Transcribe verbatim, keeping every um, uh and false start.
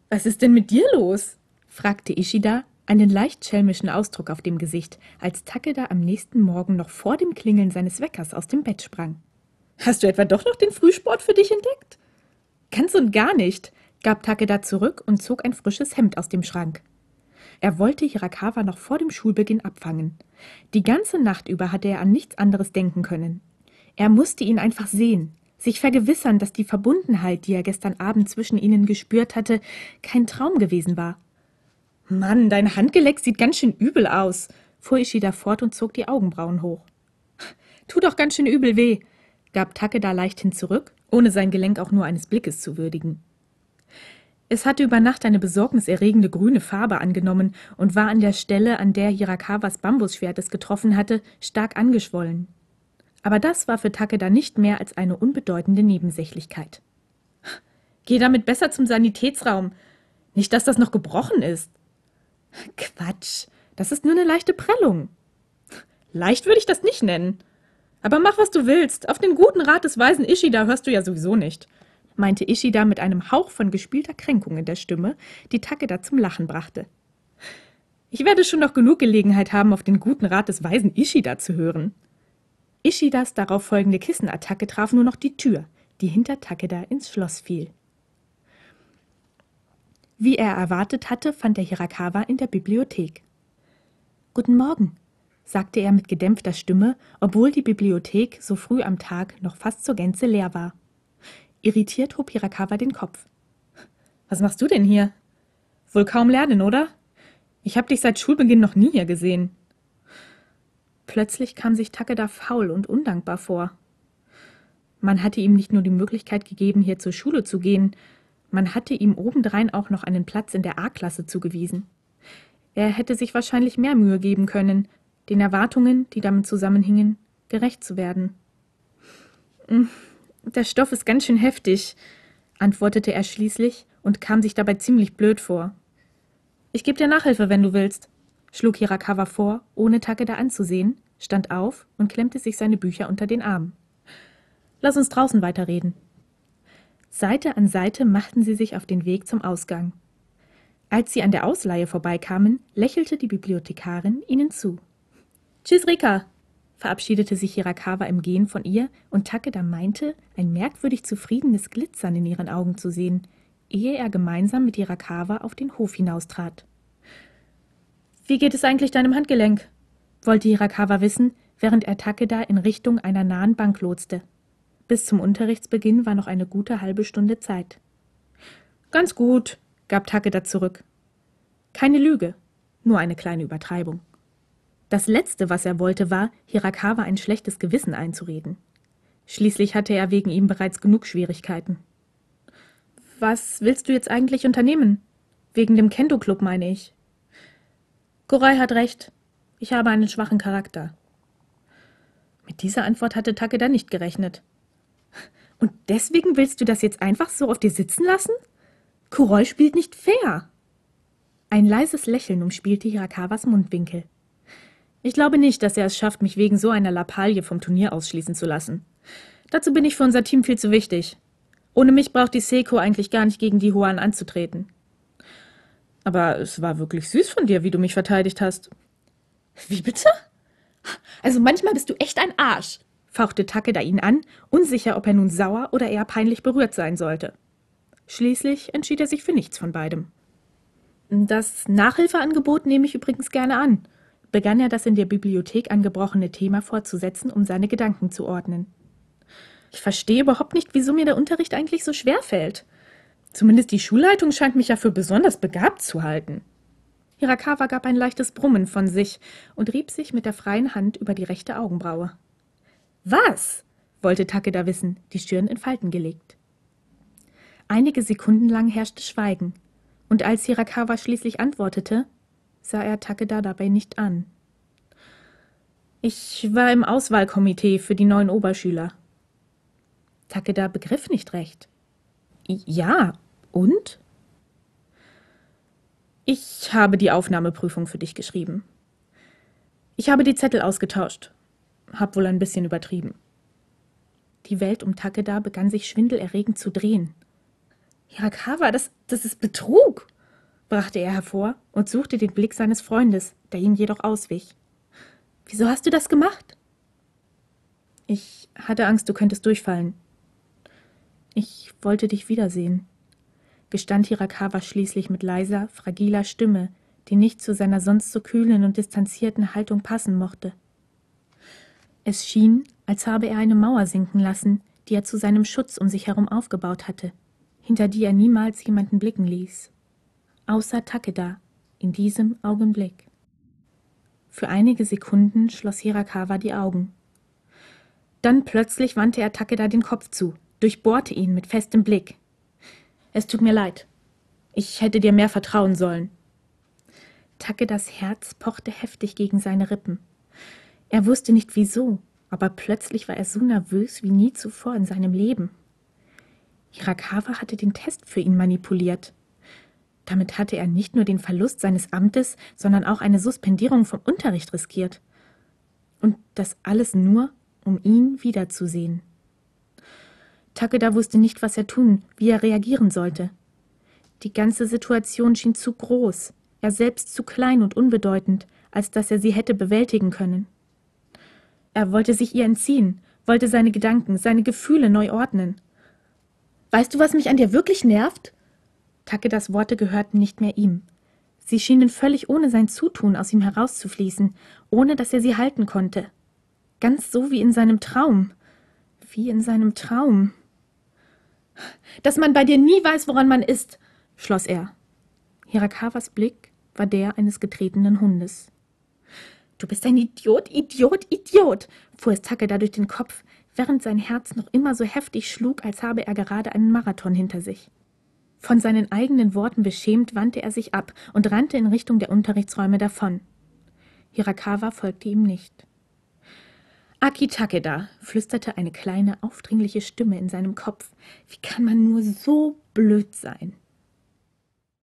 Was ist denn mit dir los?« fragte Ishida, einen leicht schelmischen Ausdruck auf dem Gesicht, als Takeda am nächsten Morgen noch vor dem Klingeln seines Weckers aus dem Bett sprang. »Hast du etwa doch noch den Frühsport für dich entdeckt?« »Ganz und gar nicht«, gab Takeda zurück und zog ein frisches Hemd aus dem Schrank. Er wollte Hirakawa noch vor dem Schulbeginn abfangen. Die ganze Nacht über hatte er an nichts anderes denken können. Er musste ihn einfach sehen, sich vergewissern, dass die Verbundenheit, die er gestern Abend zwischen ihnen gespürt hatte, kein Traum gewesen war. »Mann, dein Handgelenk sieht ganz schön übel aus«, fuhr Ishida fort und zog die Augenbrauen hoch. »Tut doch ganz schön übel weh«, gab Takeda leichthin zurück, ohne sein Gelenk auch nur eines Blickes zu würdigen. Es hatte über Nacht eine besorgniserregende grüne Farbe angenommen und war an der Stelle, an der Hirakawas Bambusschwert es getroffen hatte, stark angeschwollen. Aber das war für Takeda nicht mehr als eine unbedeutende Nebensächlichkeit. »Geh damit besser zum Sanitätsraum. Nicht, dass das noch gebrochen ist.« »Quatsch, das ist nur eine leichte Prellung.« »Leicht würde ich das nicht nennen. Aber mach, was du willst. Auf den guten Rat des weisen Ishida hörst du ja sowieso nicht«, meinte Ishida mit einem Hauch von gespielter Kränkung in der Stimme, die Takeda zum Lachen brachte. »Ich werde schon noch genug Gelegenheit haben, auf den guten Rat des weisen Ishida zu hören.« Ishidas darauf folgende Kissenattacke traf nur noch die Tür, die hinter Takeda ins Schloss fiel. Wie er erwartet hatte, fand er Hirakawa in der Bibliothek. »Guten Morgen«, sagte er mit gedämpfter Stimme, obwohl die Bibliothek so früh am Tag noch fast zur Gänze leer war. Irritiert hob Hirakawa den Kopf. »Was machst du denn hier? Wohl kaum lernen, oder? Ich habe dich seit Schulbeginn noch nie hier gesehen.« Plötzlich kam sich Takeda faul und undankbar vor. Man hatte ihm nicht nur die Möglichkeit gegeben, hier zur Schule zu gehen, man hatte ihm obendrein auch noch einen Platz in der A-Klasse zugewiesen. Er hätte sich wahrscheinlich mehr Mühe geben können, den Erwartungen, die damit zusammenhingen, gerecht zu werden. »Der Stoff ist ganz schön heftig«, antwortete er schließlich und kam sich dabei ziemlich blöd vor. »Ich gebe dir Nachhilfe, wenn du willst«, schlug Hirakawa vor, ohne Takeda anzusehen, stand auf und klemmte sich seine Bücher unter den Arm. »Lass uns draußen weiterreden.« Seite an Seite machten sie sich auf den Weg zum Ausgang. Als sie an der Ausleihe vorbeikamen, lächelte die Bibliothekarin ihnen zu. »Tschüss, Rika«, verabschiedete sich Hirakawa im Gehen von ihr, und Takeda meinte, ein merkwürdig zufriedenes Glitzern in ihren Augen zu sehen, ehe er gemeinsam mit Hirakawa auf den Hof hinaustrat. »Wie geht es eigentlich deinem Handgelenk?« wollte Hirakawa wissen, während er Takeda in Richtung einer nahen Bank lotste. Bis zum Unterrichtsbeginn war noch eine gute halbe Stunde Zeit. »Ganz gut«, gab Takeda zurück. Keine Lüge, nur eine kleine Übertreibung. Das Letzte, was er wollte, war, Hirakawa ein schlechtes Gewissen einzureden. Schließlich hatte er wegen ihm bereits genug Schwierigkeiten. »Was willst du jetzt eigentlich unternehmen? Wegen dem Kendo-Club, meine ich.« »Korai hat recht. Ich habe einen schwachen Charakter.« Mit dieser Antwort hatte Takeda nicht gerechnet. »Und deswegen willst du das jetzt einfach so auf dir sitzen lassen? Kuroi spielt nicht fair.« Ein leises Lächeln umspielte Hirakawas Mundwinkel. »Ich glaube nicht, dass er es schafft, mich wegen so einer Lappalie vom Turnier ausschließen zu lassen. Dazu bin ich für unser Team viel zu wichtig. Ohne mich braucht die Seiko eigentlich gar nicht gegen die Huan anzutreten.« »Aber es war wirklich süß von dir, wie du mich verteidigt hast.« »Wie bitte? Also manchmal bist du echt ein Arsch«, fauchte Takeda ihn an, unsicher, ob er nun sauer oder eher peinlich berührt sein sollte. Schließlich entschied er sich für nichts von beidem. »Das Nachhilfeangebot nehme ich übrigens gerne an«, begann er das in der Bibliothek angebrochene Thema fortzusetzen, um seine Gedanken zu ordnen. »Ich verstehe überhaupt nicht, wieso mir der Unterricht eigentlich so schwer fällt. Zumindest die Schulleitung scheint mich ja für besonders begabt zu halten.« Hirakawa gab ein leichtes Brummen von sich und rieb sich mit der freien Hand über die rechte Augenbraue. »Was?« wollte Takeda wissen, die Stirn in Falten gelegt. Einige Sekunden lang herrschte Schweigen, und als Hirakawa schließlich antwortete, sah er Takeda dabei nicht an. »Ich war im Auswahlkomitee für die neuen Oberschüler.« Takeda begriff nicht recht. »Ja, und?« »Ich habe die Aufnahmeprüfung für dich geschrieben. Ich habe die Zettel ausgetauscht. Hab wohl ein bisschen übertrieben.« Die Welt um Takeda begann sich schwindelerregend zu drehen. Hirakawa, das, das ist Betrug, brachte er hervor und suchte den Blick seines Freundes, der ihm jedoch auswich. Wieso hast du das gemacht? Ich hatte Angst, du könntest durchfallen. Ich wollte dich wiedersehen, gestand Hirakawa schließlich mit leiser, fragiler Stimme, die nicht zu seiner sonst so kühlen und distanzierten Haltung passen mochte. Es schien, als habe er eine Mauer sinken lassen, die er zu seinem Schutz um sich herum aufgebaut hatte, hinter die er niemals jemanden blicken ließ. Außer Takeda, in diesem Augenblick. Für einige Sekunden schloss Hirakawa die Augen. Dann plötzlich wandte er Takeda den Kopf zu, durchbohrte ihn mit festem Blick. »Es tut mir leid. Ich hätte dir mehr vertrauen sollen.« Takedas Herz pochte heftig gegen seine Rippen. Er wusste nicht wieso, aber plötzlich war er so nervös wie nie zuvor in seinem Leben. Hirakawa hatte den Test für ihn manipuliert. Damit hatte er nicht nur den Verlust seines Amtes, sondern auch eine Suspendierung vom Unterricht riskiert. Und das alles nur, um ihn wiederzusehen. Takeda wusste nicht, was er tun, wie er reagieren sollte. Die ganze Situation schien zu groß, er selbst zu klein und unbedeutend, als dass er sie hätte bewältigen können. Er wollte sich ihr entziehen, wollte seine Gedanken, seine Gefühle neu ordnen. »Weißt du, was mich an dir wirklich nervt?« Takedas Worte gehörten nicht mehr ihm. Sie schienen völlig ohne sein Zutun aus ihm herauszufließen, ohne dass er sie halten konnte. Ganz so wie in seinem Traum. Wie in seinem Traum. »Dass man bei dir nie weiß, woran man ist«, schloss er. Hirakawas Blick war der eines getretenen Hundes. »Du bist ein Idiot, Idiot, Idiot«, fuhr es Takeda durch den Kopf, während sein Herz noch immer so heftig schlug, als habe er gerade einen Marathon hinter sich. Von seinen eigenen Worten beschämt wandte er sich ab und rannte in Richtung der Unterrichtsräume davon. Hirakawa folgte ihm nicht. »Aki Takeda«, flüsterte eine kleine, aufdringliche Stimme in seinem Kopf. »Wie kann man nur so blöd sein?«